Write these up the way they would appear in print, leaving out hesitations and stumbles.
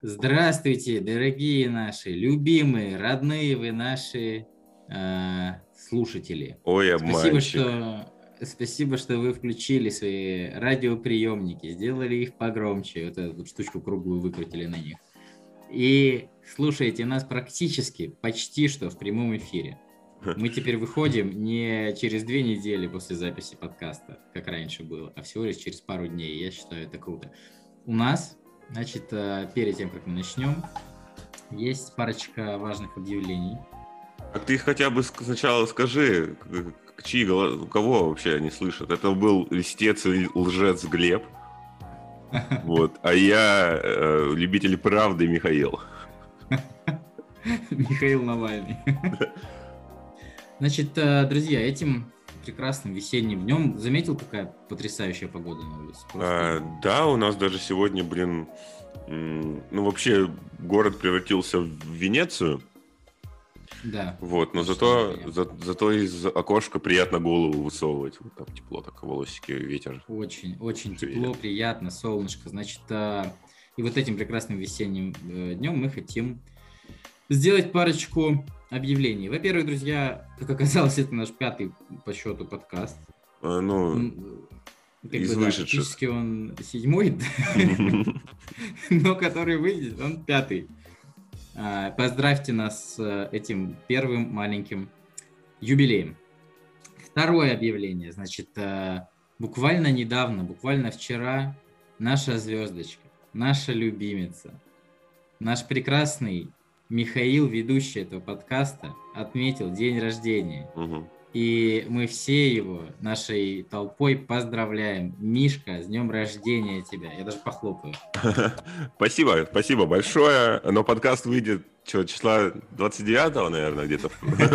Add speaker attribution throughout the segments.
Speaker 1: Здравствуйте, дорогие наши, любимые, родные вы наши слушатели.
Speaker 2: Ой,
Speaker 1: Спасибо,
Speaker 2: обманщик.
Speaker 1: что вы включили свои радиоприемники, сделали их погромче, вот эту вот штучку круглую выкрутили на них. И слушаете нас практически, почти что в прямом эфире. Мы теперь выходим не через 2 недели после записи подкаста, как раньше было, а всего лишь через пару дней. Я считаю, это круто. У нас, значит, перед тем, как мы начнем, есть парочка важных объявлений.
Speaker 2: А ты хотя бы сначала скажи, у кого вообще они слышат? Это был льстец и лжец Глеб. Вот. А я любитель правды Михаил.
Speaker 1: Михаил Навальный. Значит, друзья, этим прекрасным весенним днем заметил, какая потрясающая погода на улице?
Speaker 2: Да, у нас даже сегодня, вообще город превратился в Венецию.
Speaker 1: Да.
Speaker 2: Вот, но зато из окошка приятно голову высовывать. Вот там тепло, так волосики, ветер.
Speaker 1: Очень, очень тепло, приятно, солнышко. Значит, и вот этим прекрасным весенним днем мы хотим сделать парочку объявлений. Во-первых, друзья, как оказалось, это наш 5-й по счету подкаст.
Speaker 2: Из вышедших.
Speaker 1: Фактически он 7-й, но который выйдет, он 5-й. Поздравьте нас с этим первым маленьким юбилеем. Второе объявление. Значит, буквально недавно, буквально вчера наша звездочка, наша любимица, наш прекрасный Михаил, ведущий этого подкаста, отметил день рождения. И мы все его нашей толпой поздравляем. Мишка, с днем рождения тебя. Я даже похлопаю.
Speaker 2: Спасибо большое. Но подкаст выйдет числа 29-го, наверное, где-то.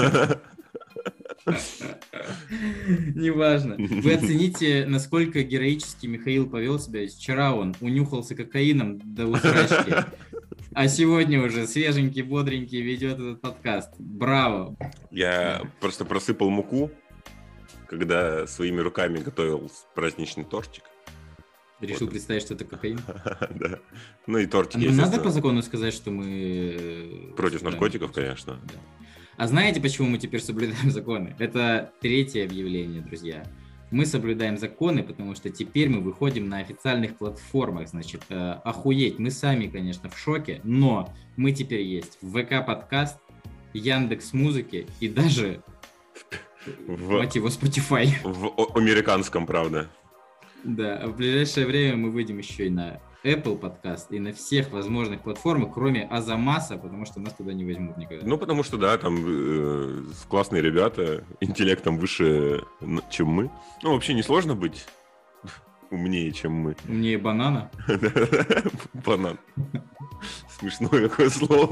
Speaker 1: Неважно. Вы оцените, насколько героически Михаил повел себя. Вчера он унюхался кокаином до усрачки, а сегодня уже свеженький, бодренький ведет этот подкаст. Браво!
Speaker 2: Я просто просыпал муку, когда своими руками готовил праздничный тортик.
Speaker 1: Решил представить, что это кокаин?
Speaker 2: Да. Ну и тортик,
Speaker 1: естественно. Надо по закону сказать, что мы...
Speaker 2: Против наркотиков, конечно.
Speaker 1: Да. А знаете, почему мы теперь соблюдаем законы? Это 3-е объявление, друзья. Мы соблюдаем законы, потому что теперь мы выходим на официальных платформах. Значит, охуеть, мы сами, конечно, в шоке, но мы теперь есть в ВК-подкаст, Яндекс.Музыке и даже, мать его, Spotify.
Speaker 2: В американском, правда.
Speaker 1: Да, а в ближайшее время мы выйдем еще и на Apple подкаст и на всех возможных платформах, кроме Азамаса, потому что нас туда не возьмут никогда.
Speaker 2: Ну, потому что, да, там классные ребята, интеллектом выше, чем мы. Ну, вообще несложно быть умнее, чем мы.
Speaker 1: Умнее банана?
Speaker 2: Банан. Смешное какое слово.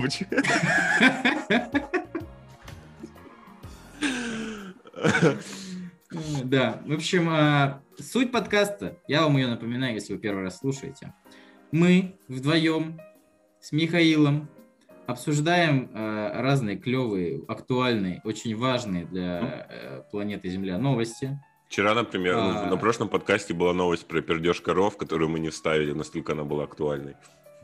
Speaker 1: Да, в общем, суть подкаста, я вам ее напоминаю, если вы первый раз слушаете. Мы вдвоем с Михаилом обсуждаем разные клевые, актуальные, очень важные для планеты Земля новости.
Speaker 2: Вчера, например, на прошлом подкасте была новость про пердеж коров, которую мы не вставили, настолько она была актуальной.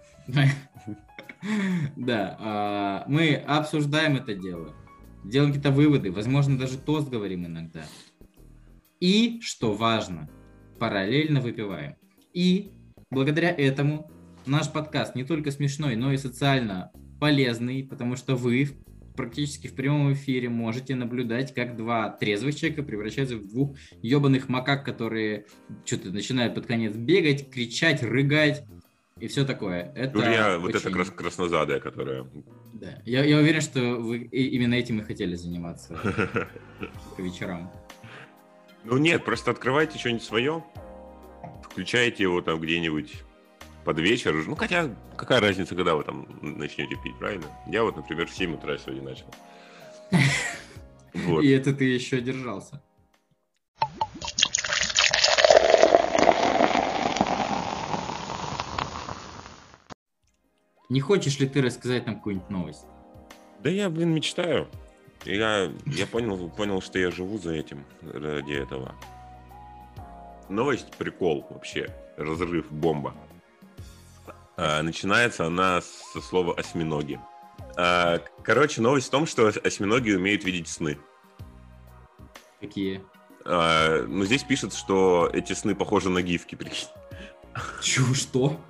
Speaker 1: Да, мы обсуждаем это дело, делаем какие-то выводы, возможно, даже тост говорим иногда. И, что важно, параллельно выпиваем. И благодаря этому наш подкаст не только смешной, но и социально полезный, потому что вы практически в прямом эфире можете наблюдать, как 2 трезвых человека превращаются в 2 ебаных макак, которые что-то начинают под конец бегать, кричать, рыгать и все такое. Это
Speaker 2: вот это краснозадая, которая...
Speaker 1: Да. Я уверен, что вы именно этим и хотели заниматься по вечерам.
Speaker 2: Ну нет, просто открывайте что-нибудь свое, включайте его там где-нибудь под вечер. Ну хотя, какая разница, когда вы там начнете пить, правильно? Я вот, например, в 7 утра сегодня начал.
Speaker 1: Вот. И это ты еще держался. Не хочешь ли ты рассказать нам какую-нибудь новость?
Speaker 2: Да я, мечтаю. Я понял, что я живу за этим, ради этого. Новость, прикол вообще, разрыв, бомба. Начинается она со слова «осьминоги». Короче, новость в том, что осьминоги умеют видеть сны.
Speaker 1: Какие?
Speaker 2: Но здесь пишут, что эти сны похожи на гифки, прикинь.
Speaker 1: Что?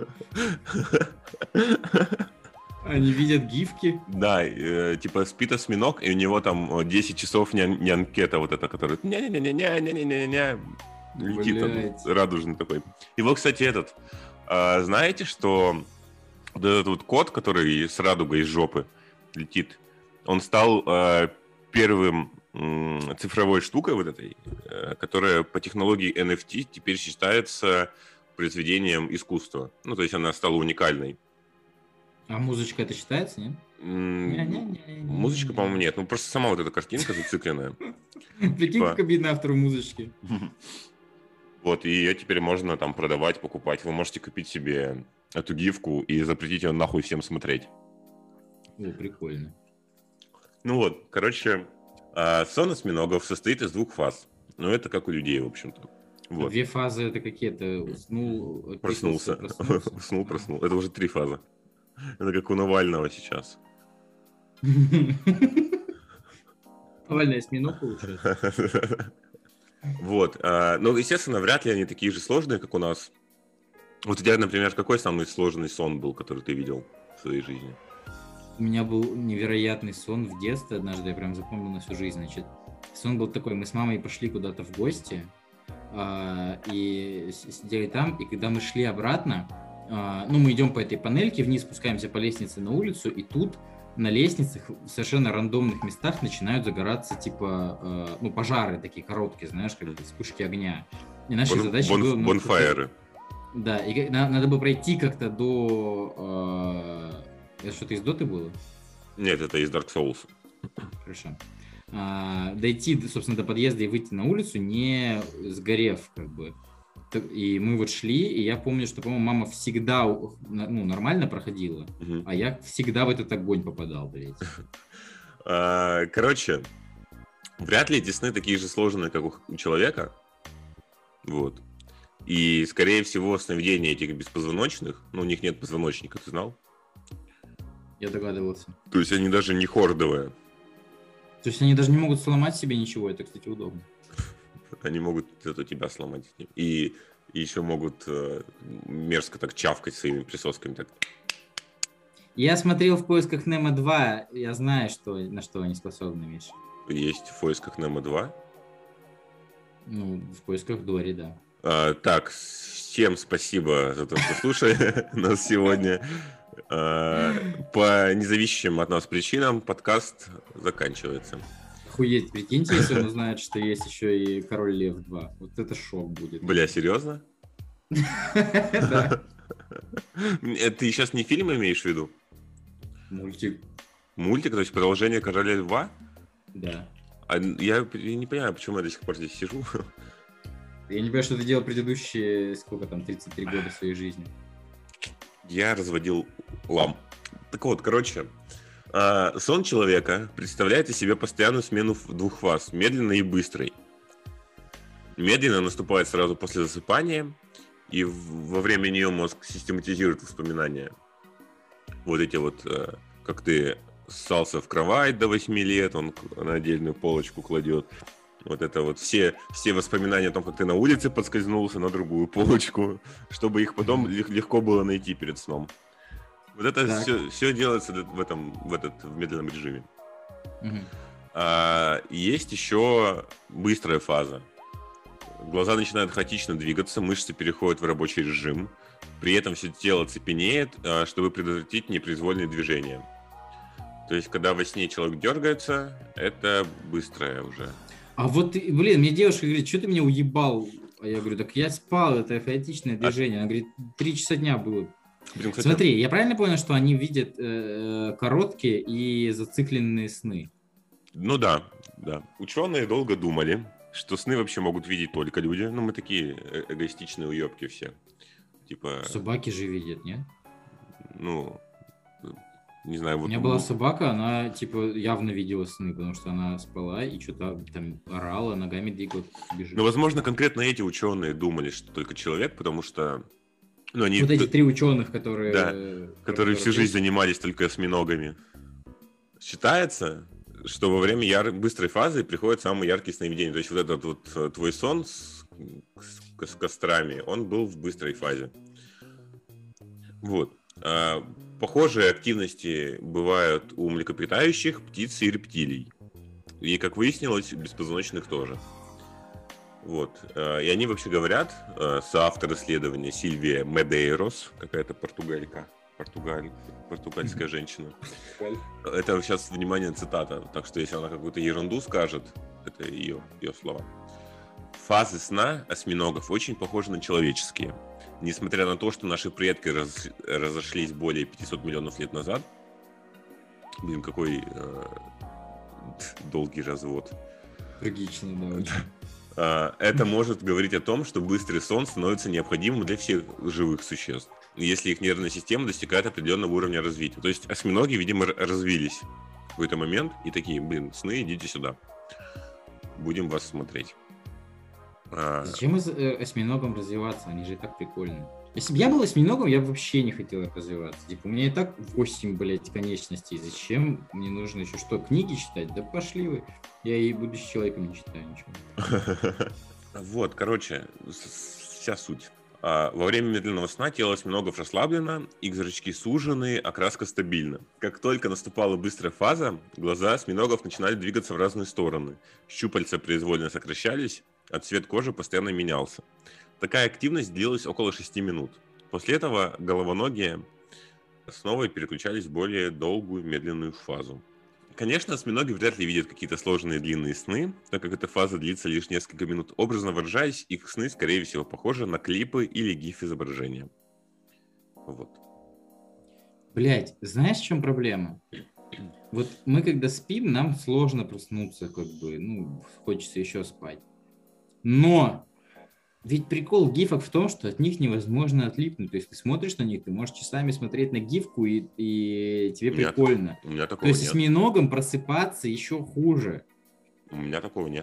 Speaker 1: Они видят гифки?
Speaker 2: Да, типа спит осьминог, и у него там 10 часов нянкета вот эта, которая ня-ня-ня-ня-ня-ня-ня-ня летит, он радужный такой. Его, кстати, знаете, что вот этот вот кот, который с радугой из жопы летит, он стал первым цифровой штукой вот этой, которая по технологии NFT теперь считается произведением искусства. Ну, то есть она стала уникальной.
Speaker 1: А музычка это считается, нет?
Speaker 2: Музычка, по-моему, нет. Ну, просто сама вот эта картинка зацикленная.
Speaker 1: Прикинь, как обидно автору музычки.
Speaker 2: Вот, и ее теперь можно там продавать, покупать. Вы можете купить себе эту гифку и запретить ее нахуй всем смотреть.
Speaker 1: О, прикольно.
Speaker 2: Ну вот, короче, сон осьминогов состоит из 2 фаз. Ну, это как у людей, в общем-то. Вот.
Speaker 1: 2 фазы это какие-то? Уснул,
Speaker 2: проснулся. Уснул, проснулся. Это уже 3 фазы. Это как у Навального сейчас.
Speaker 1: Навальный осьминог получается.
Speaker 2: Вот. Ну, естественно, вряд ли они такие же сложные, как у нас. Вот у тебя, например, какой самый сложный сон был, который ты видел в своей жизни?
Speaker 1: У меня был невероятный сон в детстве однажды, я прям запомнил на всю жизнь. Значит, сон был такой, мы с мамой пошли куда-то в гости и сидели там, и когда мы шли обратно, ну, мы идем по этой панельке, вниз спускаемся по лестнице на улицу, и тут на лестницах в совершенно рандомных местах начинают загораться, типа, ну, пожары такие короткие, знаешь, как вспышки огня. И наша задача была...
Speaker 2: Бонфайры.
Speaker 1: Да, и надо было пройти как-то до... Это что-то из Доты было?
Speaker 2: Нет, это из Dark Souls.
Speaker 1: Хорошо. Дойти, собственно, до подъезда и выйти на улицу, не сгорев, как бы. И мы вот шли, и я помню, что, по-моему, мама всегда, ну, нормально проходила, а я всегда в этот огонь попадал, блядь.
Speaker 2: Короче, вряд ли эти сны такие же сложные, как у человека. Вот. И, скорее всего, сновидения этих беспозвоночных, ну, у них нет позвоночника, ты знал?
Speaker 1: Я догадывался.
Speaker 2: То есть они даже не хордовые.
Speaker 1: То есть они даже не могут сломать себе ничего, это, кстати, удобно.
Speaker 2: Они могут зато тебя сломать. И еще могут мерзко так чавкать своими присосками. Так.
Speaker 1: Я смотрел в поисках Немо 2, я знаю, на что они способны, Миша.
Speaker 2: Есть в поисках Немо 2?
Speaker 1: Ну, в поисках Дори, да.
Speaker 2: Так, всем спасибо за то, что слушали нас сегодня. По независимым от нас причинам подкаст заканчивается.
Speaker 1: Охуеть, прикиньте, если он узнает, что есть еще и Король Лев 2. Вот это шок будет.
Speaker 2: Бля, серьезно?
Speaker 1: Да.
Speaker 2: Ты сейчас не фильм имеешь в виду?
Speaker 1: Мультик.
Speaker 2: Мультик, то есть продолжение Короля Льва?
Speaker 1: Да.
Speaker 2: Я не понимаю, почему я до сих пор здесь сижу.
Speaker 1: Я не понимаю, что ты делал предыдущие, сколько там, 33 года своей жизни.
Speaker 2: Я разводил лам. Так вот, короче, сон человека представляет из себя постоянную смену 2 фаз, медленной и быстрой. Медленно наступает сразу после засыпания, и во время нее мозг систематизирует воспоминания. Вот эти вот, как ты ссался в кровать до 8 лет, он на отдельную полочку кладет. Вот это вот все воспоминания о том, как ты на улице подскользнулся на другую полочку, чтобы их потом легко было найти перед сном. Вот это все делается в медленном режиме. Есть еще быстрая фаза. Глаза начинают хаотично двигаться, мышцы переходят в рабочий режим. При этом все тело цепенеет, чтобы предотвратить непроизвольные движения. То есть, когда во сне человек дергается, это быстрое уже.
Speaker 1: А вот, блин, мне девушка говорит, что ты меня уебал? А я говорю, так я спал, это хаотичное движение. Она говорит, 3 часа дня было. Блин, кстати... Смотри, я правильно понял, что они видят короткие и зацикленные сны?
Speaker 2: Ну да. Ученые долго думали, что сны вообще могут видеть только люди. Ну, мы такие эгоистичные уебки все. Типа...
Speaker 1: Собаки же видят, нет?
Speaker 2: Ну... Не знаю, вот...
Speaker 1: У меня была собака, она, типа, явно видела сны, потому что она спала и что-то там орала, ногами двигала, бежит.
Speaker 2: Ну, возможно, конкретно эти ученые думали, что только человек, потому что Ну, они,
Speaker 1: Вот эти 3 ученых, которые...
Speaker 2: да, которые всю жизнь занимались только осьминогами. Считается, что во время быстрой фазы приходят самые яркие сновидения. То есть вот этот вот твой сон с кострами, он был в быстрой фазе. Вот. Похожие активности бывают у млекопитающих, птиц и рептилий. И, как выяснилось, беспозвоночных тоже. Вот. И они вообще говорят, соавтор исследования Сильвия Медейрос, какая-то португальская женщина. Это сейчас, внимание, цитата. Так что, если она какую-то ерунду скажет, это ее слова. Фазы сна осьминогов очень похожи на человеческие. Несмотря на то, что наши предки разошлись более 500 миллионов лет назад. Блин, какой долгий развод.
Speaker 1: Трагично, да, очень.
Speaker 2: Это может говорить о том, что быстрый сон становится необходимым для всех живых существ, если их нервная система достигает определенного уровня развития. То есть осьминоги, видимо, развились в какой-то момент и такие: блин, сны, идите сюда. Будем вас смотреть.
Speaker 1: Зачем осьминогам развиваться? Они же и так прикольные. Если бы я был осьминогом, я бы вообще не хотел развиваться. Типа, у меня и так 8, блядь, конечностей. Зачем мне нужно еще что, книги читать? Да пошли вы. Я и будучи человеком не читаю ничего.
Speaker 2: Вот, короче, вся суть. Во время медленного сна тело осьминогов расслаблено, их зрачки сужены, окраска стабильна. Как только наступала быстрая фаза, глаза осьминогов начинали двигаться в разные стороны. Щупальца произвольно сокращались, а цвет кожи постоянно менялся. Такая активность длилась около 6 минут. После этого головоногие снова переключались в более долгую медленную фазу. Конечно, осьминоги вряд ли видят какие-то сложные длинные сны, так как эта фаза длится лишь несколько минут. Образно выражаясь, их сны, скорее всего, похожи на клипы или гиф-изображения. Вот.
Speaker 1: Блять, знаешь, в чем проблема? Вот мы, когда спим, нам сложно проснуться, как бы, хочется еще спать. Но ведь прикол гифок в том, что от них невозможно отлипнуть. То есть ты смотришь на них, ты можешь часами смотреть на гифку, и тебе прикольно.
Speaker 2: У меня такого
Speaker 1: То есть
Speaker 2: нет.
Speaker 1: с осьминогом просыпаться еще хуже.
Speaker 2: У меня такого нет.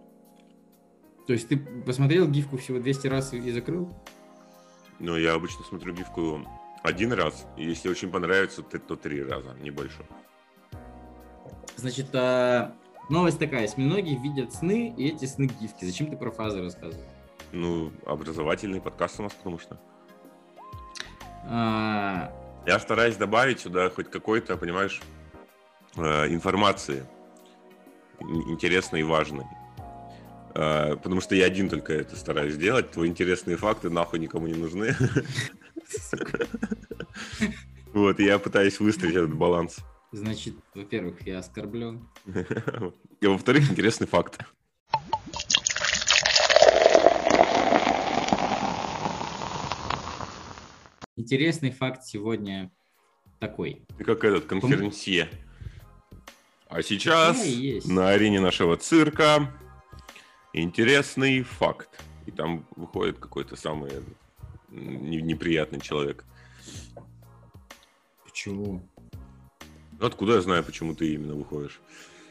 Speaker 1: То есть ты посмотрел гифку всего 200 раз и закрыл?
Speaker 2: Ну, я обычно смотрю гифку 1 раз. И если очень понравится, то 3 раза, не больше.
Speaker 1: Значит, новость такая. Осьминоги видят сны, и эти сны гифки. Зачем ты про фазы рассказываешь?
Speaker 2: Ну, образовательный подкаст у нас, потому что. Я стараюсь добавить сюда хоть какой-то, понимаешь, информации интересной и важной. Потому что я один только это стараюсь делать. Твои интересные факты нахуй никому не нужны. Вот, я пытаюсь выстроить этот баланс.
Speaker 1: Значит, во-первых, я оскорблен.
Speaker 2: И во-вторых, интересный факт.
Speaker 1: Интересный факт сегодня такой.
Speaker 2: Ты как этот конференсье. А сейчас на арене нашего цирка интересный факт. И там выходит какой-то самый неприятный человек.
Speaker 1: Почему?
Speaker 2: Ну, откуда я знаю, почему ты именно выходишь?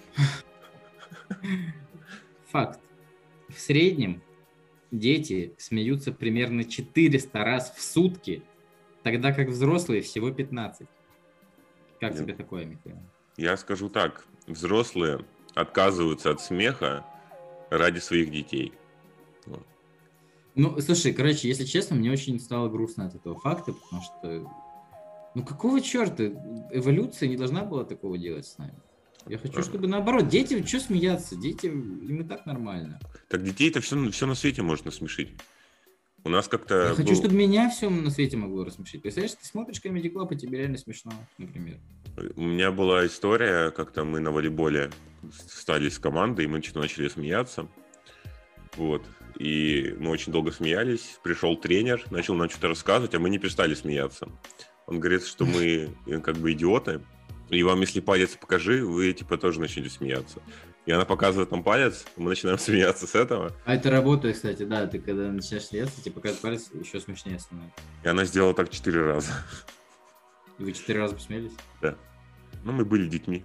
Speaker 1: Факт. В среднем дети смеются примерно 400 раз в сутки, тогда как взрослые всего 15. Как тебе такое, Михаил?
Speaker 2: Я скажу так. Взрослые отказываются от смеха ради своих детей. Вот.
Speaker 1: Ну, слушай, короче, если честно, мне очень стало грустно от этого факта, потому что... Ну, какого черта? Эволюция не должна была такого делать с нами. Я хочу, чтобы наоборот. Дети, что смеяться? Дети, им и так нормально.
Speaker 2: Так детей-то все на свете можно смешить. У нас как-то...
Speaker 1: Я хочу, чтобы меня все на свете могло рассмешить. Представляешь, ты смотришь Comedy Club, и тебе реально смешно, например.
Speaker 2: У меня была история, как-то мы на волейболе встали с командой, и мы что-то начали смеяться. Вот. И мы очень долго смеялись. Пришел тренер, начал нам что-то рассказывать, а мы не перестали смеяться. Он говорит, что мы как бы идиоты, и вам, если палец покажи, вы типа тоже начнете смеяться. И она показывает нам палец, мы начинаем смеяться с этого.
Speaker 1: А это работает, кстати, да, ты когда начинаешь смеяться, тебе показывает палец, еще смешнее становится.
Speaker 2: И она сделала так 4 раза.
Speaker 1: И вы 4 раза посмеялись?
Speaker 2: Да. Ну, мы были детьми.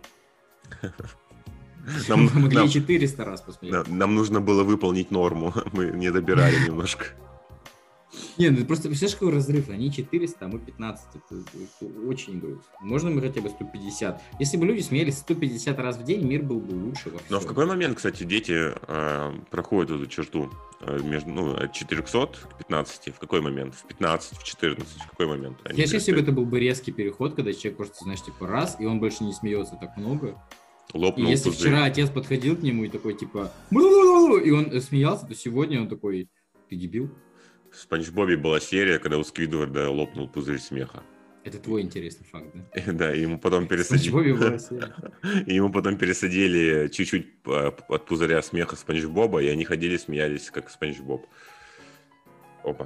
Speaker 1: Мы могли 400 раз посмеяться.
Speaker 2: Нам нужно было выполнить норму, мы не добирали немножко.
Speaker 1: Не, ну ты просто представляешь, какой разрыв? Они 400, а мы 15. Это очень грустно. Можно мы хотя бы 150? Если бы люди смеялись 150 раз в день, мир был бы лучше во
Speaker 2: Но в
Speaker 1: всем.
Speaker 2: какой момент, кстати, дети проходят эту черту от 400 к 15? В какой момент? В 15, в 14? В какой момент?
Speaker 1: Если бы это был бы резкий переход, когда человек просто, знаешь, типа раз, и он больше не смеется так много.
Speaker 2: Лопнул
Speaker 1: И если
Speaker 2: пузырь.
Speaker 1: вчера отец подходил к нему и такой, типа, и он смеялся, то сегодня он такой, ты дебил?
Speaker 2: В Спанч Бобе была серия, когда у Сквидварда лопнул пузырь смеха.
Speaker 1: Это твой интересный факт, да?
Speaker 2: Да, и ему потом
Speaker 1: Спанч Бобе была серия.
Speaker 2: И ему потом пересадили чуть-чуть от пузыря смеха Спанч Боба, и они ходили, смеялись, как Спанч Боб. Опа.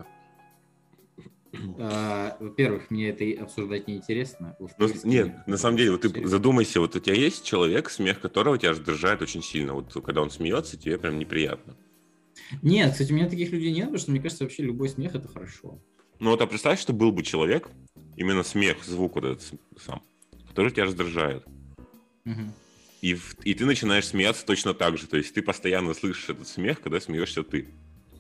Speaker 1: Во-первых, мне это обсуждать неинтересно.
Speaker 2: Нет, на самом деле, вот ты задумайся, вот у тебя есть человек, смех которого тебя раздражает очень сильно. Вот когда он смеется, тебе прям неприятно.
Speaker 1: Нет, кстати, у меня таких людей нет, потому что мне кажется, вообще любой смех это хорошо.
Speaker 2: Ну вот, а представь, что был бы человек, именно смех, звук вот этот сам, который тебя раздражает.
Speaker 1: Угу.
Speaker 2: И ты начинаешь смеяться точно так же. То есть ты постоянно слышишь этот смех, когда смеешься ты.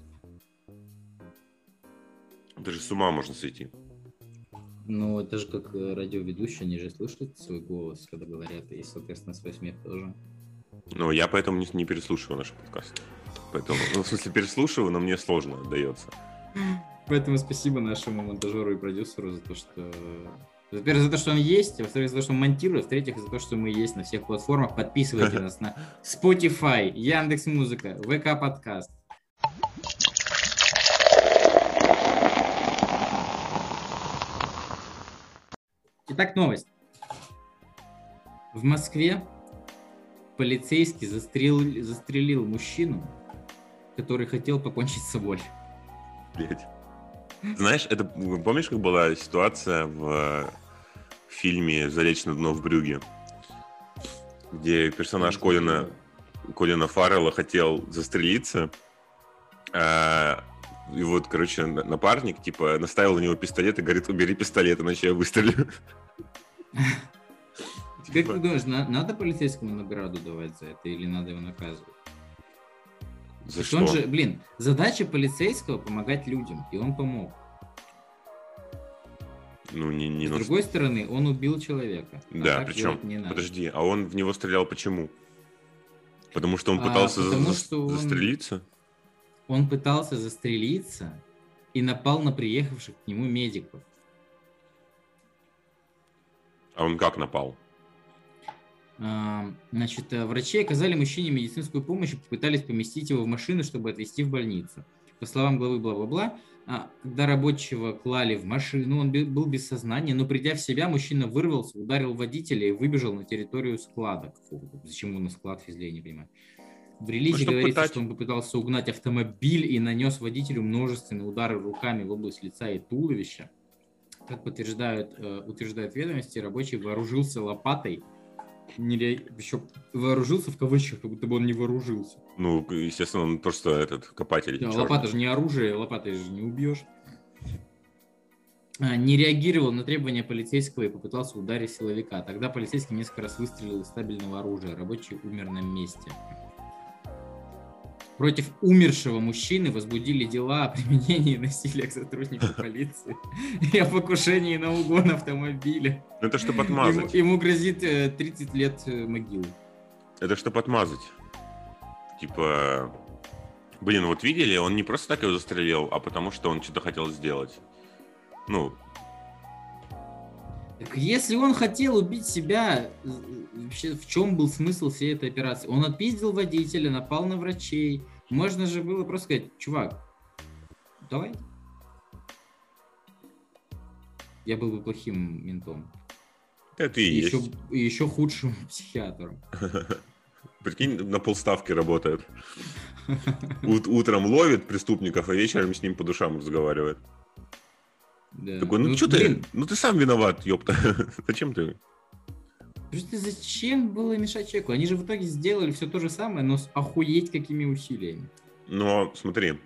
Speaker 2: Это же с ума можно сойти.
Speaker 1: Ну, это же как радиоведущие, они же слышат свой голос, когда говорят, и, соответственно, свой смех тоже.
Speaker 2: Ну, я поэтому не переслушиваю наши подкасты. Поэтому, в смысле, переслушиваю, но мне сложно дается.
Speaker 1: Поэтому спасибо нашему монтажеру и продюсеру за то, что... Во-первых, за то, что он есть, во-вторых, за то, что он монтирует, в-третьих, за то, что мы есть на всех платформах. Подписывайтесь нас на Spotify, Яндекс.Музыка, ВК Подкаст. Итак, новость. В Москве полицейский застрелил мужчину, который хотел покончить с собой.
Speaker 2: Блять. Знаешь, это помнишь, как была ситуация в фильме «Залечь на дно в Брюгге», где персонаж Колина Фаррелла хотел застрелиться, и вот, короче, напарник, типа, наставил на него пистолет и говорит: убери пистолет, иначе я выстрелю.
Speaker 1: Как ты думаешь, надо полицейскому награду давать за это или надо его наказывать?
Speaker 2: За что?
Speaker 1: Он же, задача полицейского помогать людям, и он помог.
Speaker 2: Ну, не
Speaker 1: С другой стороны, он убил человека.
Speaker 2: Да, причем, подожди, а он в него стрелял почему? Потому что он пытался застрелиться?
Speaker 1: Он пытался застрелиться и напал на приехавших к нему медиков.
Speaker 2: А он как напал?
Speaker 1: Значит, врачи оказали мужчине медицинскую помощь и попытались поместить его в машину, чтобы отвезти в больницу. По словам главы бла-бла-бла, когда рабочего клали в машину, он был без сознания, но придя в себя, мужчина вырвался, ударил водителя и выбежал на территорию склада. Зачем его на склад везли, я не понимаю. В релизе говорится, что он попытался угнать автомобиль и нанес водителю множественные удары руками в область лица и туловища. Как утверждают ведомости, рабочий вооружился лопатой, еще вооружился в кавычках, как будто бы он не вооружился.
Speaker 2: Ну, естественно, он просто копатель.
Speaker 1: Да, лопата же не оружие, лопатой же не убьешь. Не реагировал на требования полицейского и попытался ударить силовика. Тогда полицейский несколько раз выстрелил из стабильного оружия. Рабочий умер на месте. Против умершего мужчины возбудили дела о применении насилия к сотруднику полиции и о покушении на угон автомобиля.
Speaker 2: Это чтобы отмазать.
Speaker 1: Ему грозит 30 лет могилы.
Speaker 2: Это чтобы отмазать. Типа, вот видели, он не просто так его застрелил, а потому что он что-то хотел сделать. Ну.
Speaker 1: Так если он хотел убить себя, вообще в чем был смысл всей этой операции? Он отпиздил водителя, напал на врачей. Можно же было просто сказать: чувак, давай. Я был бы плохим ментом.
Speaker 2: Это и есть.
Speaker 1: И еще худшим психиатром.
Speaker 2: Прикинь, на полставки работает. Утром ловит преступников, а вечером с ним по душам разговаривает. Да. Такой, что ты? Ты сам виноват, ёпта. Зачем ты?
Speaker 1: Просто зачем было мешать человеку? Они же в итоге сделали все то же самое, но с охуеть какими усилиями.
Speaker 2: Но смотри,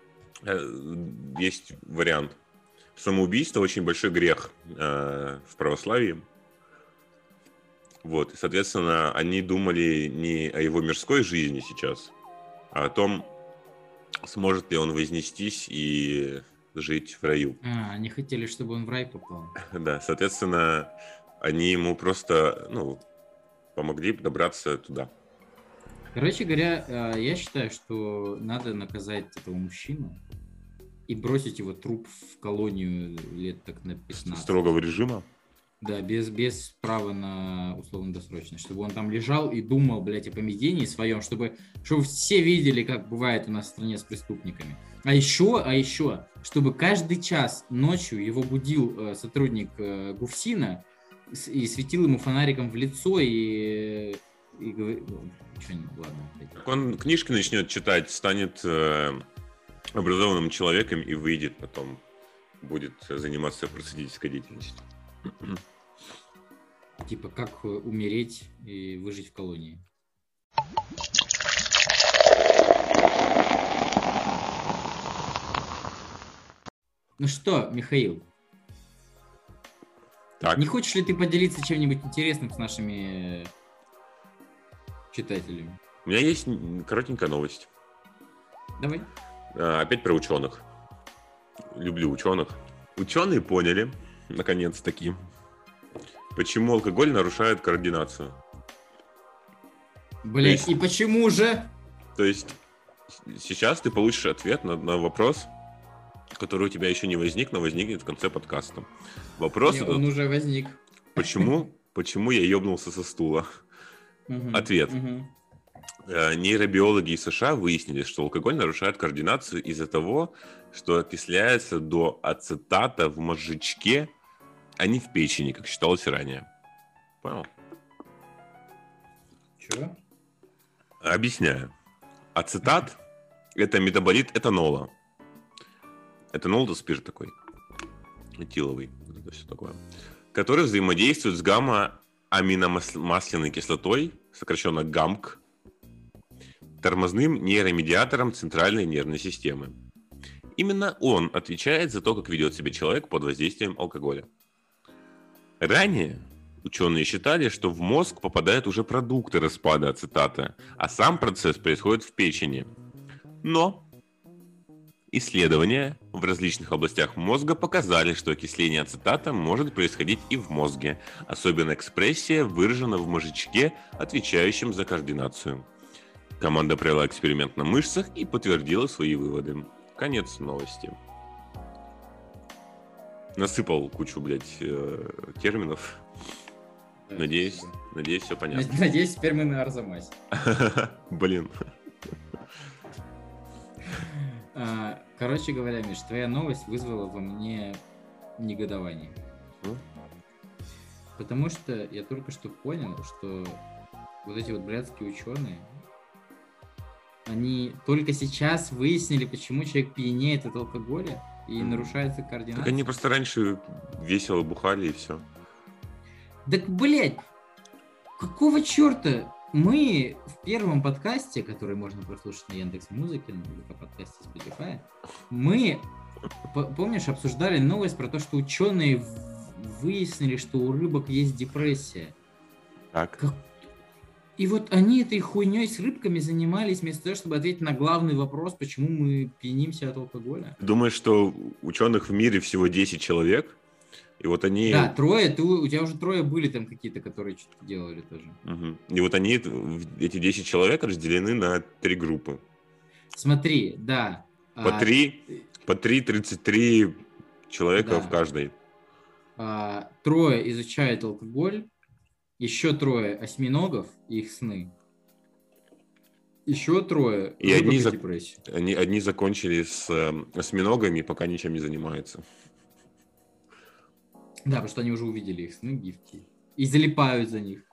Speaker 2: есть вариант. Самоубийство очень большой грех в православии. Вот, и, соответственно, они думали не о его мирской жизни сейчас, а о том, сможет ли он вознестись и жить в раю.
Speaker 1: Они хотели, чтобы он в рай попал.
Speaker 2: Да, соответственно, они ему просто, помогли добраться туда.
Speaker 1: Короче говоря, я считаю, что надо наказать этого мужчину и бросить его труп в колонию лет так на 15.
Speaker 2: Строгого режима?
Speaker 1: Да, без права на условно-досрочность. Чтобы он там лежал и думал, блядь, о поведении своем, чтобы все видели, как бывает у нас в стране с преступниками. А еще, чтобы каждый час ночью его будил сотрудник ГУФСИНа и светил ему фонариком в лицо и говорил... Ладно.
Speaker 2: Он книжки начнет читать, станет образованным человеком и выйдет потом, будет заниматься просветительской деятельностью.
Speaker 1: Типа, как умереть и выжить в колонии. Ну что, Михаил?
Speaker 2: Так.
Speaker 1: Не хочешь ли ты поделиться чем-нибудь интересным с нашими читателями?
Speaker 2: У меня есть коротенькая новость.
Speaker 1: Давай.
Speaker 2: Опять про ученых. Люблю ученых. Ученые поняли, наконец-таки, почему алкоголь нарушает координацию.
Speaker 1: Блять, и почему же?
Speaker 2: То есть сейчас ты получишь ответ на вопрос, который у тебя еще не возник, но возникнет в конце подкаста. Вопрос
Speaker 1: Нет, он уже возник.
Speaker 2: Почему я ебнулся со стула? Ответ. Нейробиологи из США выяснили, что алкоголь нарушает координацию из-за того, что окисляется до ацетата в мозжечке, а не в печени, как считалось ранее. Понял?
Speaker 1: Чего?
Speaker 2: Объясняю. Ацетат – это метаболит этанола. Этанол – это спирт такой, этиловый, вот это все такое, который взаимодействует с гамма-аминомасляной кислотой, сокращенно ГАМК, тормозным нейромедиатором центральной нервной системы. Именно он отвечает за то, как ведет себя человек под воздействием алкоголя. Ранее ученые считали, что в мозг попадают уже продукты распада ацетата, а сам процесс происходит в печени. Но исследования в различных областях мозга показали, что окисление ацетата может происходить и в мозге, особенно экспрессия выражена в мозжечке, отвечающем за координацию. Команда провела эксперимент на мышцах и подтвердила свои выводы. Конец новости. Насыпал кучу, терминов.
Speaker 1: Да,
Speaker 2: Надеюсь, все понятно.
Speaker 1: Надеюсь, теперь мы на Арзамасе.
Speaker 2: Блин.
Speaker 1: Короче говоря, Миш, твоя новость вызвала во мне негодование. Потому что я только что понял, что вот эти вот блядские ученые, они только сейчас выяснили, почему человек пьянеет от алкоголя и нарушается координация.
Speaker 2: Так они просто раньше весело бухали и все.
Speaker 1: Так, блядь, какого черта? Мы в первом подкасте, который можно прослушать на Яндекс.Музыке, на подкасте Spotify, мы, помнишь, обсуждали новость про то, что ученые выяснили, что у рыбок есть депрессия.
Speaker 2: Так.
Speaker 1: И вот они этой хуйней с рыбками занимались вместо того, чтобы ответить на главный вопрос, почему мы пьянимся от алкоголя.
Speaker 2: Думаешь, что ученых в мире всего 10 человек? И вот они...
Speaker 1: Да, трое, у тебя уже трое были там какие-то, которые что-то делали тоже.
Speaker 2: Угу. И вот они, эти 10 человек разделены на 3 группы.
Speaker 1: Смотри, да.
Speaker 2: По 33 человека в каждой.
Speaker 1: Трое изучают алкоголь, еще трое осьминогов и их сны. Еще трое
Speaker 2: и одни закончили с осьминогами, пока ничем не занимаются.
Speaker 1: Да, потому что они уже увидели их сны, гифки. И залипают за них.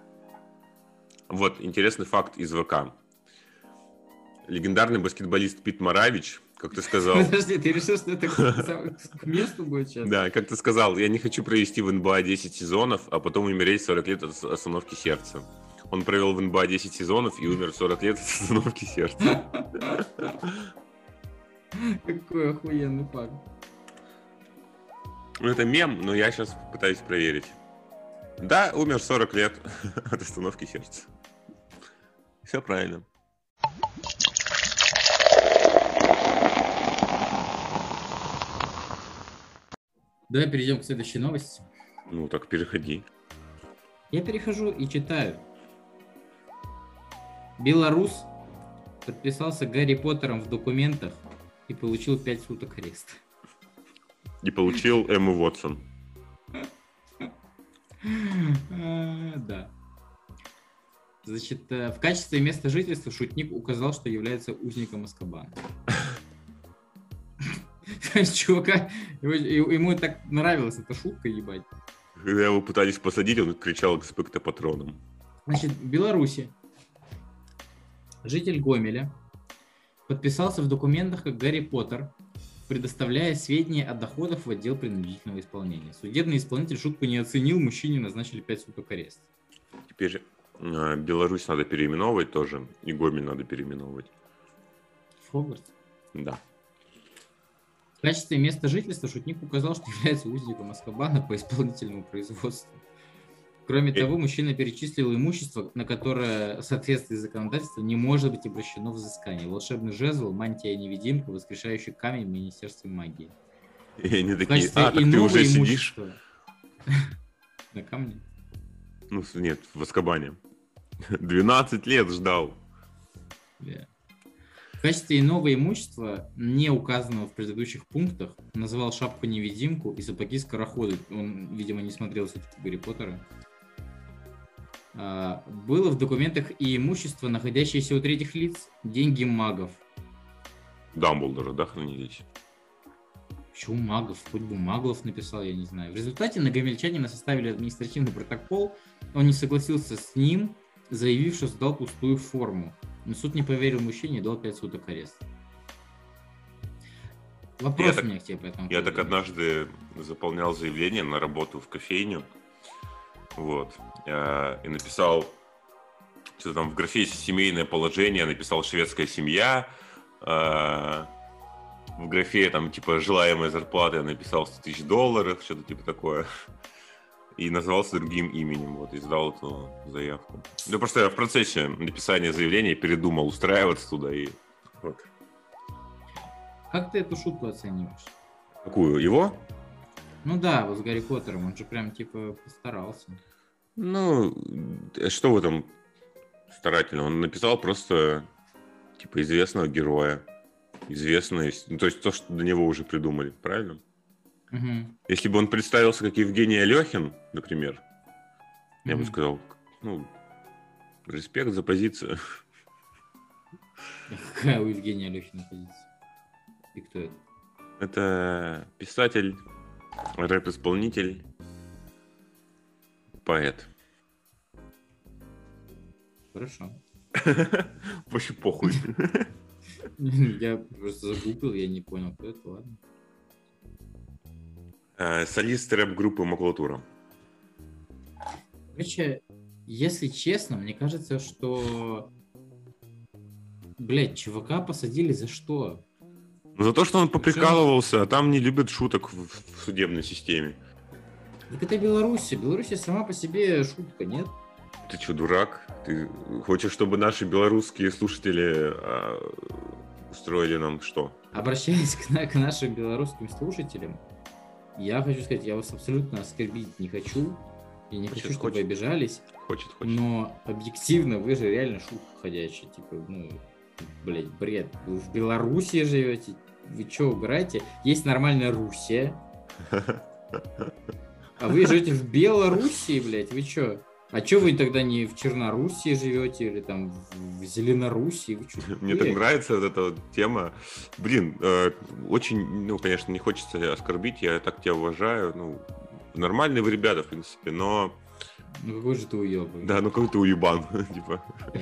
Speaker 2: Вот, интересный факт из ВК. Легендарный баскетболист Пит Маравич, как ты сказал...
Speaker 1: Подожди, ты решил, что это к месту будет сейчас?
Speaker 2: Да, как ты сказал, я не хочу провести в НБА 10 сезонов, а потом умереть 40 лет от остановки сердца. Он провел в НБА 10 сезонов и умер 40 лет от остановки сердца.
Speaker 1: Какой охуенный факт.
Speaker 2: Ну, это мем, но я сейчас пытаюсь проверить. Да, умер 40 лет от остановки сердца. Все правильно.
Speaker 1: Давай перейдем к следующей новости.
Speaker 2: Ну, так переходи.
Speaker 1: Я перехожу и читаю. Белорус подписался Гарри Поттером в документах и получил 5 суток ареста.
Speaker 2: И получил Эмму Уотсон.
Speaker 1: Да. Значит, в качестве места жительства шутник указал, что является узником Азкабана. То есть, чувака, ему так нравилась эта шутка, ебать.
Speaker 2: Когда его пытались посадить, он кричал «экспекто патроном».
Speaker 1: Значит, в Беларуси житель Гомеля подписался в документах как Гарри Поттер, предоставляя сведения о доходах в отдел принудительного исполнения. Судебный исполнитель шутку не оценил, мужчине назначили 5 суток ареста.
Speaker 2: Теперь Беларусь надо переименовывать тоже, и Гомель надо переименовывать.
Speaker 1: Хогвартс.
Speaker 2: Да.
Speaker 1: В качестве места жительства шутник указал, что является узником Азкабана по исполнительному производству. Кроме того, мужчина перечислил имущество, на которое в соответствии с законодательством не может быть обращено взыскание. Волшебный жезл, мантия-невидимка, воскрешающий камень в Министерстве магии.
Speaker 2: И они такие, так ты уже сидишь?
Speaker 1: На камне?
Speaker 2: Ну, нет, в Азкабане. 12 лет ждал.
Speaker 1: В качестве иного имущества, не указанного в предыдущих пунктах, назвал шапку-невидимку и сапоги-скороходы. Он, видимо, не смотрел все-таки Гарри Поттера. Было в документах и имущество, находящееся у третьих лиц, деньги магов.
Speaker 2: Дамблдора, да, хранились?
Speaker 1: Почему магов? Хоть бы маглов написал, я не знаю. В результате на гомельчанина составили административный протокол. Он не согласился с ним, заявив, что сдал пустую форму. Но суд не поверил мужчине и дал 5 суток ареста. Вопрос у меня к тебе по этому.
Speaker 2: Я так однажды заполнял заявление на работу в кофейню. Вот. И написал, что там в графе семейное положение, написал шведская семья. В графе там типа желаемая зарплата я написал $100 000, что-то типа такое. И назвался другим именем, вот, и сдал эту заявку. Ну, просто я в процессе написания заявления передумал устраиваться туда, и вот.
Speaker 1: Как ты эту шутку оцениваешь?
Speaker 2: Какую? Его?
Speaker 1: Ну да, вот с Гарри Поттером, он же прям, типа, постарался.
Speaker 2: Ну, что в этом старательно? Он написал просто, типа, известного героя. Известный, ну, то есть то, что до него уже придумали, правильно?
Speaker 1: Угу.
Speaker 2: Если бы он представился как Евгений Алехин, например, я бы сказал, ну, респект за позицию.
Speaker 1: Какая у Евгения Алехина позиция? И кто это?
Speaker 2: Это писатель, рэп-исполнитель, поэт.
Speaker 1: Хорошо.
Speaker 2: Вообще похуй.
Speaker 1: Я просто загуглил, я не понял, кто это, ладно.
Speaker 2: Солист рэп-группы «Макулатура».
Speaker 1: Короче, если честно, мне кажется, что... Блядь, чувака посадили за что?
Speaker 2: Ну, за то, что он поприкалывался, а там не любят шуток в судебной системе.
Speaker 1: Так это Беларусь. Беларусь сама по себе шутка, нет?
Speaker 2: Ты что, дурак? Ты хочешь, чтобы наши белорусские слушатели устроили нам что?
Speaker 1: Обращаясь к нашим белорусским слушателям, я хочу сказать, я вас абсолютно оскорбить не хочу. Я не хочу, чтобы вы обижались.
Speaker 2: Хочет.
Speaker 1: Но объективно вы же реально шутка ходячая. Типа, ну, блядь, бред. Вы в Беларуси живете. Вы что, угораете? Есть нормальная Руссия. А вы живете в Белоруссии, блядь. Вы что? А что вы тогда не в Черноруссии живете или там в Зеленоруссии? Вы что,
Speaker 2: мне так нравится вот эта вот тема. Блин, очень, ну, конечно, не хочется оскорбить, я так тебя уважаю. Ну, нормальные вы ребята, в принципе, но...
Speaker 1: Ну какой же ты уебан.
Speaker 2: Да, ну какой ты уебан, типа.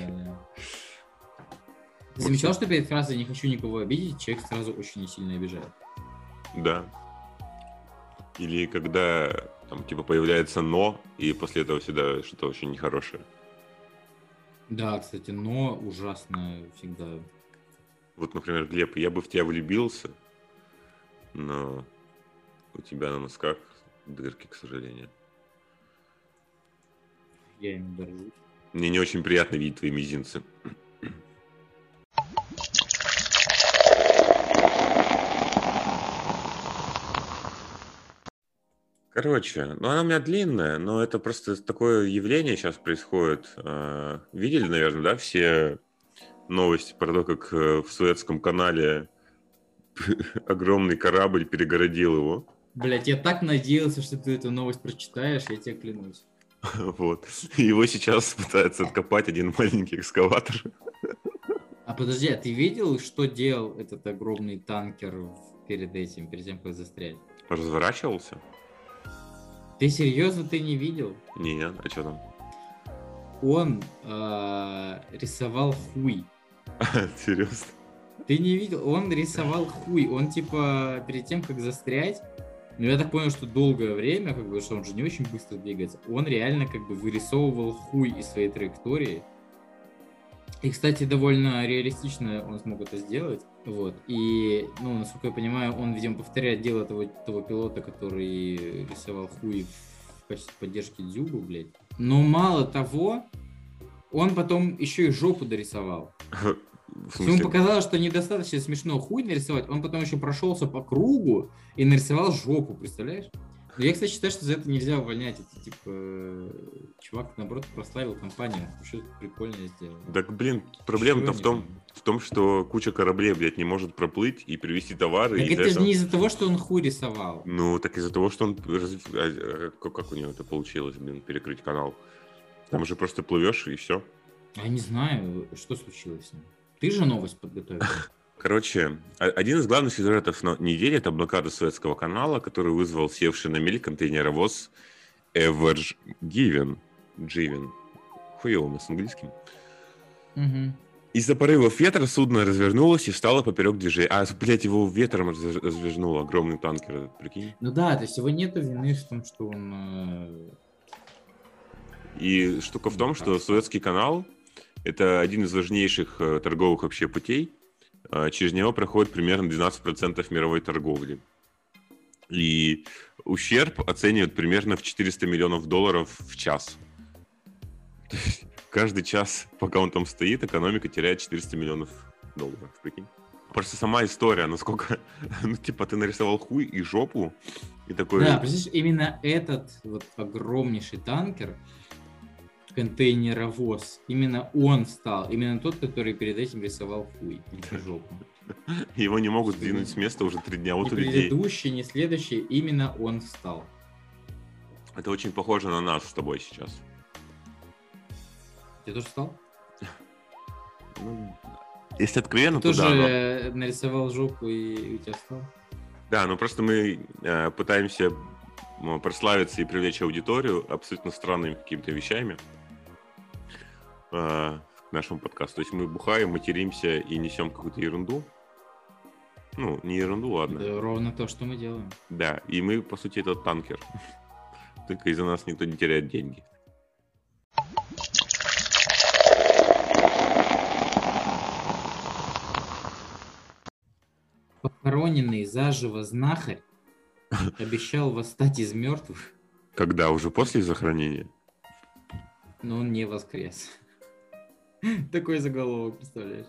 Speaker 1: Ты замечал, что перед фразой «не хочу никого обидеть» человек сразу очень сильно обижает?
Speaker 2: Да. Или когда там типа появляется «но», и после этого всегда что-то очень нехорошее.
Speaker 1: Да, кстати, «но» ужасно всегда.
Speaker 2: Вот, например, Глеб, я бы в тебя влюбился, но у тебя на носках дырки, к сожалению.
Speaker 1: Я ими дорожусь.
Speaker 2: Мне не очень приятно видеть твои мизинцы. Короче, ну она у меня длинная, но это просто такое явление сейчас происходит. Видели, наверное, да, все новости про то, как в Суэцком канале огромный корабль перегородил его.
Speaker 1: Блять, я так надеялся, что ты эту новость прочитаешь, я тебе клянусь.
Speaker 2: Вот. И его сейчас пытается откопать один маленький экскаватор.
Speaker 1: А подожди, а ты видел, что делал этот огромный танкер перед тем, как застрять?
Speaker 2: Разворачивался?
Speaker 1: Ты серьезно, ты не видел?
Speaker 2: Нет, а что там?
Speaker 1: Он рисовал хуй.
Speaker 2: Серьезно?
Speaker 1: Ты не видел? Он рисовал хуй. Он типа перед тем, как застрять, ну я так понял, что долгое время, как бы, что он же не очень быстро двигается, он реально как бы вырисовывал хуй из своей траектории. И, кстати, довольно реалистично он смог это сделать. Вот. И, ну, насколько я понимаю, он, видимо, повторяет дело того пилота, который рисовал хуй в качестве поддержки Дзюбу, блядь. Но мало того, он потом еще и жопу дорисовал. Ему показалось, что недостаточно смешно хуй нарисовать, он потом еще прошелся по кругу и нарисовал жопу, представляешь? Но я, кстати, считаю, что за это нельзя увольнять. Это, типа, чувак, наоборот, прославил компанию. Что-то прикольное сделал.
Speaker 2: Так, блин, проблема-то в том, что куча кораблей, блядь, не может проплыть и привезти товары.
Speaker 1: Так это же не из-за того, что он хуй рисовал.
Speaker 2: Ну, так из-за того, что он... Как у него это получилось, блин, перекрыть канал? Там же просто плывешь и все.
Speaker 1: Я не знаю, что случилось с ним. Ты же новость подготовил.
Speaker 2: Короче, один из главных сюжетов недели — это блокада Суэцкого канала, который вызвал севший на мель контейнеровоз Ever Given. Хуёво мы с английским.
Speaker 1: Угу.
Speaker 2: Из-за порывов ветра судно развернулось и встало поперек движения. А, блядь, его ветром развернуло огромный танкер, прикинь.
Speaker 1: Ну да, то есть его нету вины в том, что он...
Speaker 2: И штука в том, что Суэцкий канал — это один из важнейших торговых вообще путей. Через него проходит примерно 12% мировой торговли. И ущерб оценивают примерно в $400 миллионов в час. То есть каждый час, пока он там стоит, экономика теряет $400 миллионов. Прикинь. Просто сама история, насколько... Ну, типа, ты нарисовал хуй и жопу, и такой...
Speaker 1: Да, представляешь, именно этот вот огромнейший танкер, контейнеровоз, именно он встал, именно тот, который перед этим рисовал хуй и жопу.
Speaker 2: Его не могут сдвинуть с места уже 3 дня. Вот
Speaker 1: ни предыдущий, ни следующий, именно он встал.
Speaker 2: Это очень похоже на нас с тобой сейчас.
Speaker 1: Ты тоже встал?
Speaker 2: Ну, если откровенно,
Speaker 1: ты
Speaker 2: то да.
Speaker 1: Тоже нарисовал жопу и у тебя встал?
Speaker 2: Да, ну просто мы пытаемся прославиться и привлечь аудиторию абсолютно странными какими-то вещами к нашему подкасту. То есть мы бухаем, материмся и несем какую-то ерунду. Ну, не ерунду, ладно.
Speaker 1: Да, ровно то, что мы делаем.
Speaker 2: Да, и мы, по сути, этот танкер. Только из-за нас никто не теряет деньги.
Speaker 1: Похороненный заживо знахарь обещал восстать из мертвых.
Speaker 2: Когда? Уже после захоронения?
Speaker 1: Но он не воскрес. Такой заголовок, представляешь?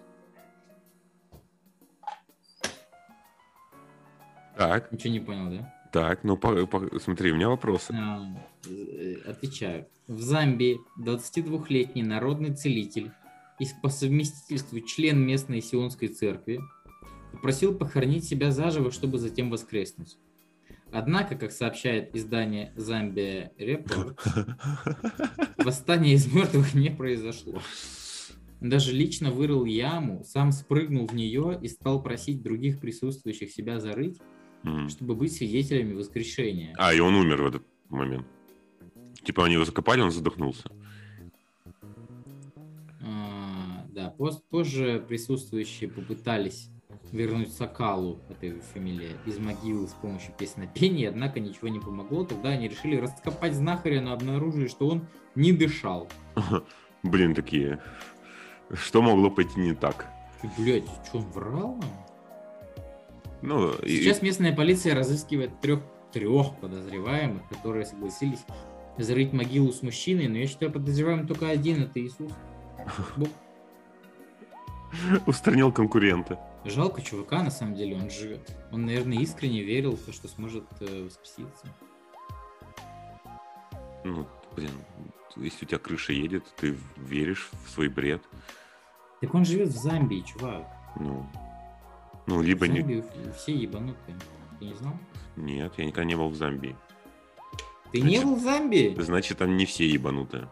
Speaker 2: Так.
Speaker 1: Ничего не понял, да?
Speaker 2: Так, ну смотри, у меня вопросы.
Speaker 1: Отвечаю. В Замбии 22-летний народный целитель и по совместительству член местной сионской церкви попросил похоронить себя заживо, чтобы затем воскреснуть. Однако, как сообщает издание Zambia Report, восстание из мертвых не произошло. Он даже лично вырыл яму, сам спрыгнул в нее и стал просить других присутствующих себя зарыть, чтобы быть свидетелями воскрешения.
Speaker 2: А, и он умер в этот момент. Типа они его закопали, он задохнулся.
Speaker 1: Да, позже присутствующие попытались вернуть Сакалу, это его фамилия, из могилы с помощью песнопения, однако ничего не помогло. Тогда они решили раскопать знахаря, но обнаружили, что он не дышал.
Speaker 2: Блин, такие. Что могло пойти не так?
Speaker 1: Блять, что, он врал нам?
Speaker 2: Ну,
Speaker 1: Сейчас местная полиция разыскивает трех подозреваемых, которые согласились зарыть могилу с мужчиной, но я считаю, подозреваемый только один, это Иисус. Бог.
Speaker 2: Устранил конкурента.
Speaker 1: Жалко чувака, на самом деле, он, наверное, искренне верил в то, что сможет воскреситься.
Speaker 2: Ну, блин, если у тебя крыша едет, ты веришь в свой бред.
Speaker 1: Так он живет в Замбии, чувак.
Speaker 2: Ну,
Speaker 1: В
Speaker 2: либо не...
Speaker 1: Замбии все ебанутые. Ты не знал?
Speaker 2: Нет, я никогда не был в Замбии.
Speaker 1: Ты не был в Замбии?
Speaker 2: Значит, там не все ебанутые.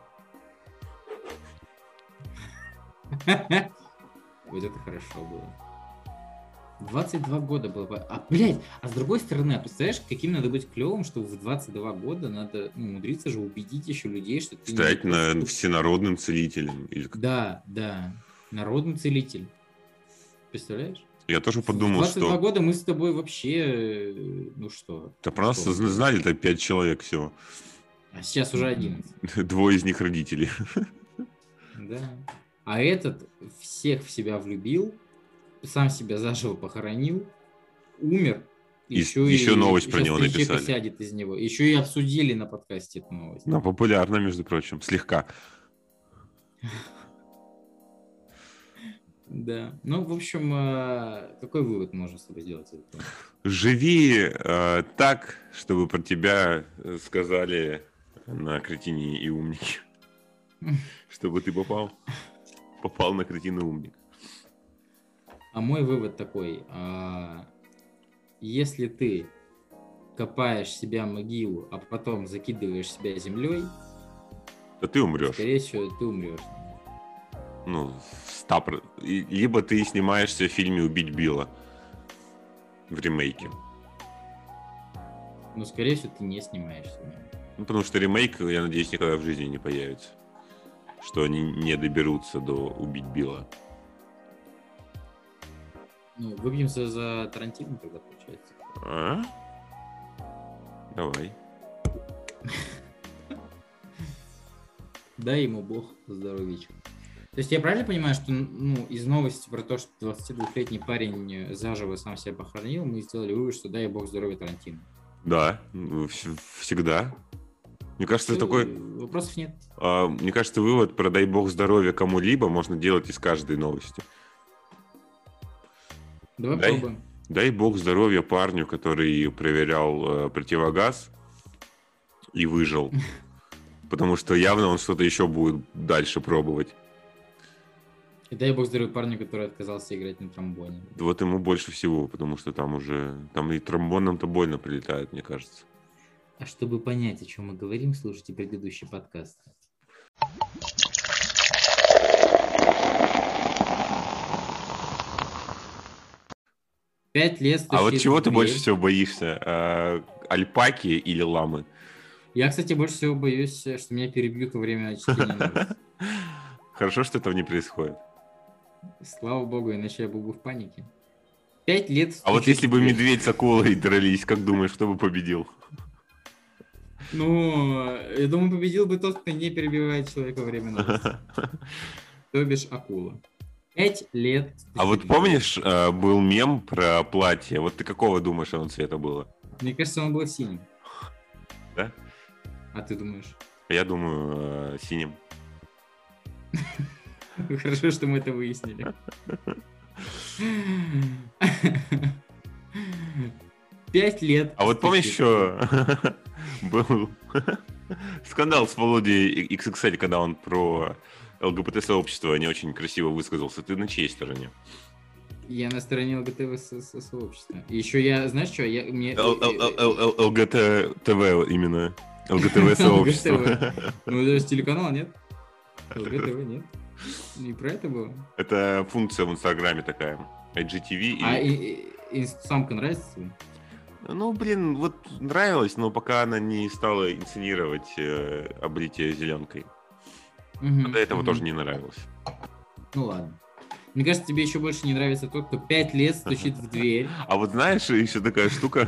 Speaker 1: Вот это хорошо было. 22 года было. Блядь, а с другой стороны, представляешь, каким надо быть клевым, что в 22 года надо умудриться же убедить еще людей, что ты
Speaker 2: Стать
Speaker 1: не
Speaker 2: всенародным целителем.
Speaker 1: Да, народный целитель. Представляешь?
Speaker 2: Я тоже
Speaker 1: В
Speaker 2: подумал,
Speaker 1: 22
Speaker 2: что...
Speaker 1: года мы с тобой вообще, ну что?
Speaker 2: Да про нас знали-то 5 человек всего.
Speaker 1: А сейчас уже 11.
Speaker 2: 2 из них родители.
Speaker 1: Да. А этот всех в себя влюбил, сам себя заживо похоронил, умер.
Speaker 2: Еще новость про него написали.
Speaker 1: Сядет из него. Еще и обсудили на подкасте эту новость.
Speaker 2: Ну, популярно, между прочим, слегка.
Speaker 1: Да. Ну, в общем, какой вывод можно с тобой сделать?
Speaker 2: Живи так, чтобы про тебя сказали на кретине и умнике. Чтобы ты попал на кретин и умник.
Speaker 1: А мой вывод такой. Если ты копаешь себя могилу, а потом закидываешь себя землей,
Speaker 2: то ты умрешь.
Speaker 1: Скорее всего, ты умрешь.
Speaker 2: Ну, либо ты снимаешься в фильме «Убить Билла» в ремейке.
Speaker 1: Ну, скорее всего, ты не снимаешься.
Speaker 2: Ну, потому что ремейк, я надеюсь, никогда в жизни не появится. Что они не доберутся до «Убить Билла».
Speaker 1: Ну, выбьемся за Тарантино тогда, получается.
Speaker 2: А? Давай.
Speaker 1: Дай ему бог здоровичка. То есть я правильно понимаю, что из новости про то, что 22-летний парень заживо сам себя похоронил, мы сделали вывод, что дай бог здоровья Тарантино?
Speaker 2: Да, всегда. Мне кажется,
Speaker 1: Все,
Speaker 2: такой...
Speaker 1: Вопросов нет.
Speaker 2: Мне кажется, вывод про дай бог здоровья кому-либо можно делать из каждой новости.
Speaker 1: Давай попробуем.
Speaker 2: Дай бог здоровья парню, который проверял противогаз и выжил. Потому что явно он что-то еще будет дальше пробовать.
Speaker 1: И дай бог здоровья парню, который отказался играть на тромбоне.
Speaker 2: Вот ему больше всего, потому что там и тромбоном-то больно прилетает, мне кажется.
Speaker 1: А чтобы понять, о чем мы говорим, слушайте предыдущий подкаст. Пять лет стучит.
Speaker 2: А вот чего ты больше всего боишься? Альпаки или ламы?
Speaker 1: Я, кстати, больше всего боюсь, что меня перебьют во время чтения новостей.
Speaker 2: Хорошо, что этого не происходит.
Speaker 1: Слава богу, иначе я был бы в панике. 5 лет стучит.
Speaker 2: А вот если бы медведь с акулой дрались, как думаешь, кто бы победил?
Speaker 1: Ну, я думаю, победил бы тот, кто не перебивает человека во время новостей. То бишь акула. 5 лет.
Speaker 2: А вот помнишь, был мем про платье? Вот ты какого думаешь, оно цвета было?
Speaker 1: Мне кажется, он был синим.
Speaker 2: Да?
Speaker 1: А ты думаешь?
Speaker 2: Я думаю, синим.
Speaker 1: Хорошо, что мы это выяснили. 5 лет.
Speaker 2: А вот помнишь, еще был скандал с Володей XXL, когда он про ЛГБТ-сообщество не очень красиво высказался. Ты на чьей стороне?
Speaker 1: Я на стороне ЛГБТ-сообщества. И еще я, знаешь что,
Speaker 2: ЛГТ-ТВ именно. ЛГТВ-сообщество.
Speaker 1: Ну, это же телеканал, нет? ЛГТВ, нет? Не про это было?
Speaker 2: Это функция в Инстаграме такая. IGTV.
Speaker 1: А самка нравится тебе?
Speaker 2: Ну, блин, вот нравилось, но пока она не стала инсценировать облитие зеленкой. До этого тоже не нравилось.
Speaker 1: Ну ладно. Мне кажется, тебе еще больше не нравится тот, кто 5 лет стучит в дверь.
Speaker 2: А вот знаешь, еще такая штука.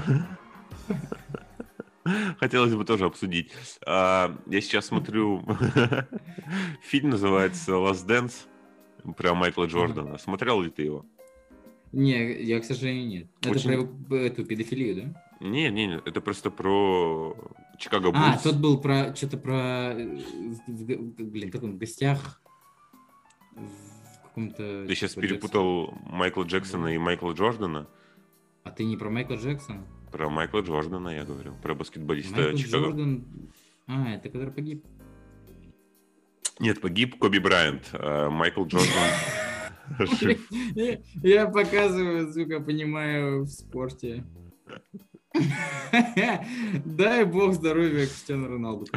Speaker 2: Хотелось бы тоже обсудить. Я сейчас смотрю... Фильм называется «Last Dance» про Майкла Джордана. Смотрел ли ты его?
Speaker 1: Не, я, к сожалению, нет. Это про эту педофилию, да?
Speaker 2: Не, это просто про Чикаго Буллс.
Speaker 1: А, тот был про что-то про... Блин, как он в гостях в каком-то...
Speaker 2: Ты сейчас перепутал Майкла Джексона и Майкла Джордана?
Speaker 1: А ты не про Майкла Джексона?
Speaker 2: Про Майкла Джордана я говорю, про баскетболиста
Speaker 1: Майкл
Speaker 2: Чикаго.
Speaker 1: Джордан... Это который погиб?
Speaker 2: Нет, погиб Коби Брайант. Майкл Джордан жив.
Speaker 1: Я показываю, сука, понимаю в спорте. Дай бог здоровья Криштиану Роналду.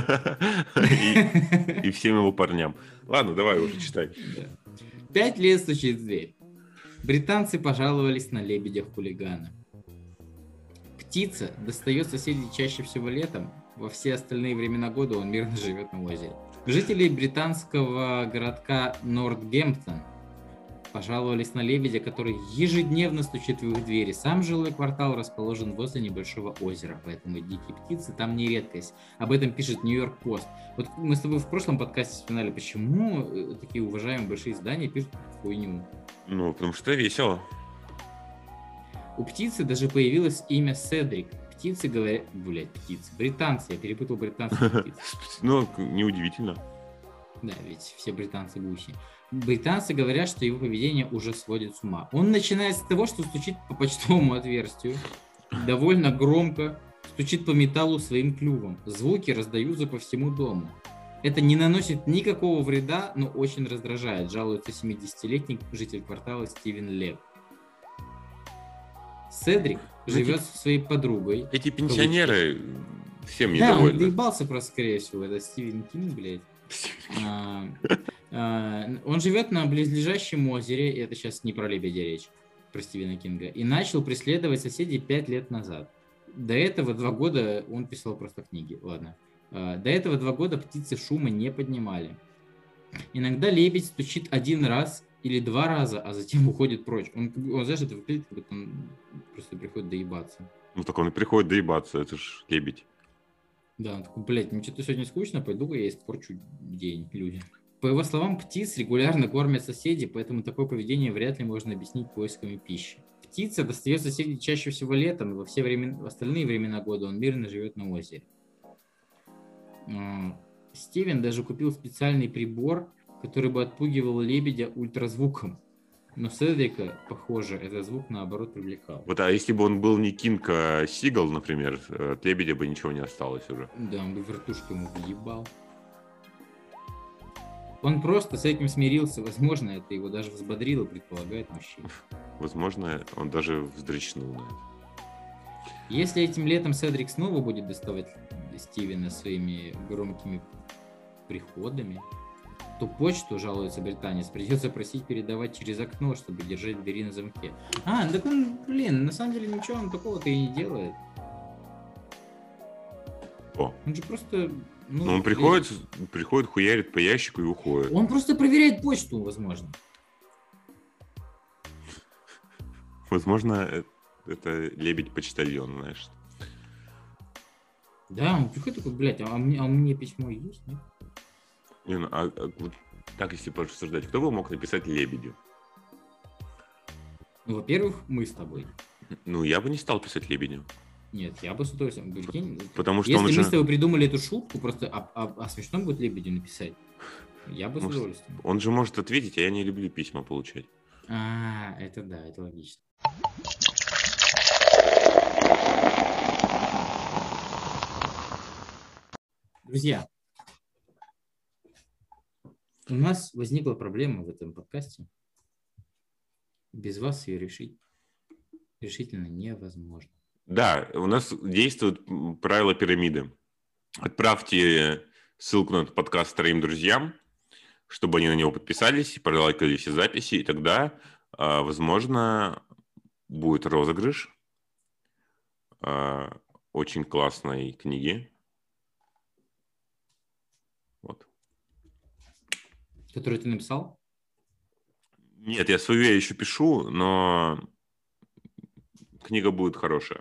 Speaker 2: И всем его парням. Ладно, давай уже читай.
Speaker 1: 5 лет стучит в дверь. Британцы пожаловались на лебедя-хулигана. Птица достает соседей чаще всего летом. Во все остальные времена года он мирно живет на озере. Жители британского городка Нортгемптон пожаловались на лебедя, который ежедневно стучит в их двери. Сам жилой квартал расположен возле небольшого озера, поэтому дикие птицы там не редкость. Об этом пишет Нью-Йорк Пост. Вот мы с тобой в прошлом подкасте вспоминали, почему такие уважаемые большие издания пишут хуйню.
Speaker 2: Ну, потому что весело.
Speaker 1: У птицы даже появилось имя Седрик. Птицы говорят... птицы. Британцы. Я перепутал британцев и птиц.
Speaker 2: Ну, неудивительно.
Speaker 1: Да, ведь все британцы гуси. Британцы говорят, что его поведение уже сводит с ума. Он начинает с того, что стучит по почтовому отверстию, довольно громко, стучит по металлу своим клювом. Звуки раздаются по всему дому. Это не наносит никакого вреда, но очень раздражает, жалуется 70-летний житель квартала Стивен Лев. Седрик живет со своей подругой.
Speaker 2: Эти пенсионеры всем
Speaker 1: Да,
Speaker 2: недовольны.
Speaker 1: он доебался просто, скорее всего. Это Стивен Кинг, блядь. Он живет на близлежащем озере, и это сейчас не про лебедя речь, про Стивена Кинга, и начал преследовать соседей 5 лет назад. До этого 2 года он писал просто книги, ладно. До этого 2 года птицы шума не поднимали. Иногда лебедь стучит 1 раз или 2 раза, а затем уходит прочь. Он знаешь, это выглядит, как будто он просто приходит доебаться.
Speaker 2: Ну так он и приходит доебаться, это ж лебедь.
Speaker 1: Да, он такой, блядь, мне что-то сегодня скучно, пойду-ка я испорчу день людям. По его словам, птиц регулярно кормят соседи, поэтому такое поведение вряд ли можно объяснить поисками пищи. Птица достает соседей чаще всего летом, и в остальные времена года он мирно живет на озере. Стивен даже купил специальный прибор, который бы отпугивал лебедя ультразвуком. Но Седрика, похоже, этот звук наоборот привлекал.
Speaker 2: Вот, а если бы он был не Кинг, а Сигал, например, от лебедя бы ничего не осталось уже.
Speaker 1: Да, он бы вертушку ему въебал. Он просто с этим смирился. Возможно, это его даже взбодрило, предполагает мужчина.
Speaker 2: Возможно, он даже вздрочнул на это.
Speaker 1: Если этим летом Седрик снова будет доставать Стивена своими громкими приходами, то почту, жалуется британец, придется просить передавать через окно, чтобы держать двери на замке. Так он, на самом деле ничего он такого-то и не делает.
Speaker 2: О.
Speaker 1: Он же просто...
Speaker 2: он приходит, хуярит по ящику и уходит.
Speaker 1: Он просто проверяет почту, возможно.
Speaker 2: Возможно, это лебедь-почтальон, знаешь.
Speaker 1: Да, он приходит такой, блядь, а мне письмо есть, нет?
Speaker 2: Вот так, если порассуждать, кто бы мог написать лебедю?
Speaker 1: Во-первых, мы с тобой.
Speaker 2: Я бы не стал писать лебедю.
Speaker 1: Нет, я бы с удовольствием.
Speaker 2: Потому что
Speaker 1: если мы с тобой придумали эту шутку, просто смешно будет лебедю написать, я бы с удовольствием.
Speaker 2: Он же может ответить, а я не люблю письма получать.
Speaker 1: Это да, это логично. Друзья, у нас возникла проблема в этом подкасте. Без вас ее решить решительно невозможно.
Speaker 2: Да, у нас действует правило пирамиды. Отправьте ссылку на этот подкаст 3 друзьям, чтобы они на него подписались, пролайкали все записи, и тогда, возможно, будет розыгрыш очень классной книги. Вот.
Speaker 1: Которую ты написал?
Speaker 2: Нет, я свою еще пишу, но книга будет хорошая.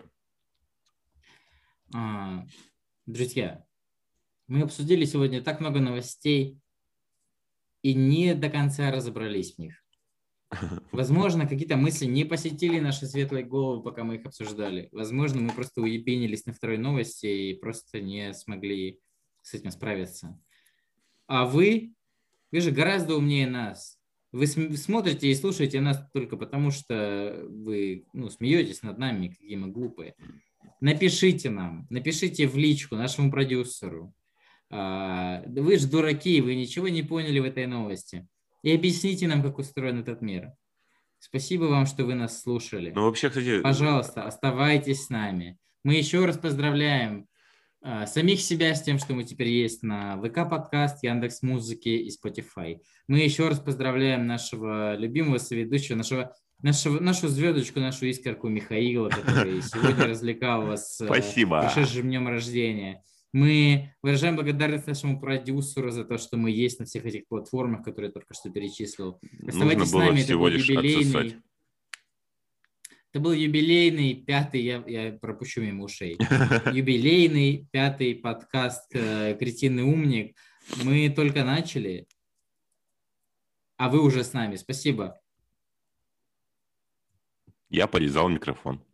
Speaker 1: Друзья, мы обсудили сегодня так много новостей и не до конца разобрались в них. Возможно, какие-то мысли не посетили наши светлые головы, пока мы их обсуждали. Возможно, мы просто уебенились на второй новости и просто не смогли с этим справиться. А вы же гораздо умнее нас. Вы смотрите и слушаете нас только потому, что вы смеетесь над нами, какие мы глупые. Напишите нам, напишите в личку нашему продюсеру. Да вы же дураки, вы ничего не поняли в этой новости. И объясните нам, как устроен этот мир. Спасибо вам, что вы нас слушали.
Speaker 2: Ну, вообще, кстати,
Speaker 1: Пожалуйста, оставайтесь с нами. Мы еще раз поздравляем самих себя с тем, что мы теперь есть на ВК-подкаст, Яндекс.Музыке и Spotify. Мы еще раз поздравляем нашего любимого соведущего, нашу звездочку, нашу искорку Михаила, который сегодня развлекал вас с
Speaker 2: спасибо.
Speaker 1: прошедшим днем рождения. Мы выражаем благодарность нашему продюсеру за то, что мы есть на всех этих платформах, которые я только что перечислил. Оставайтесь с нами, это был юбилейный. Это был юбилейный 5-й, я пропущу мимо ушей, юбилейный 5-й подкаст «Кретинный умник». Мы только начали, а вы уже с нами. Спасибо.
Speaker 2: Я порезал микрофон.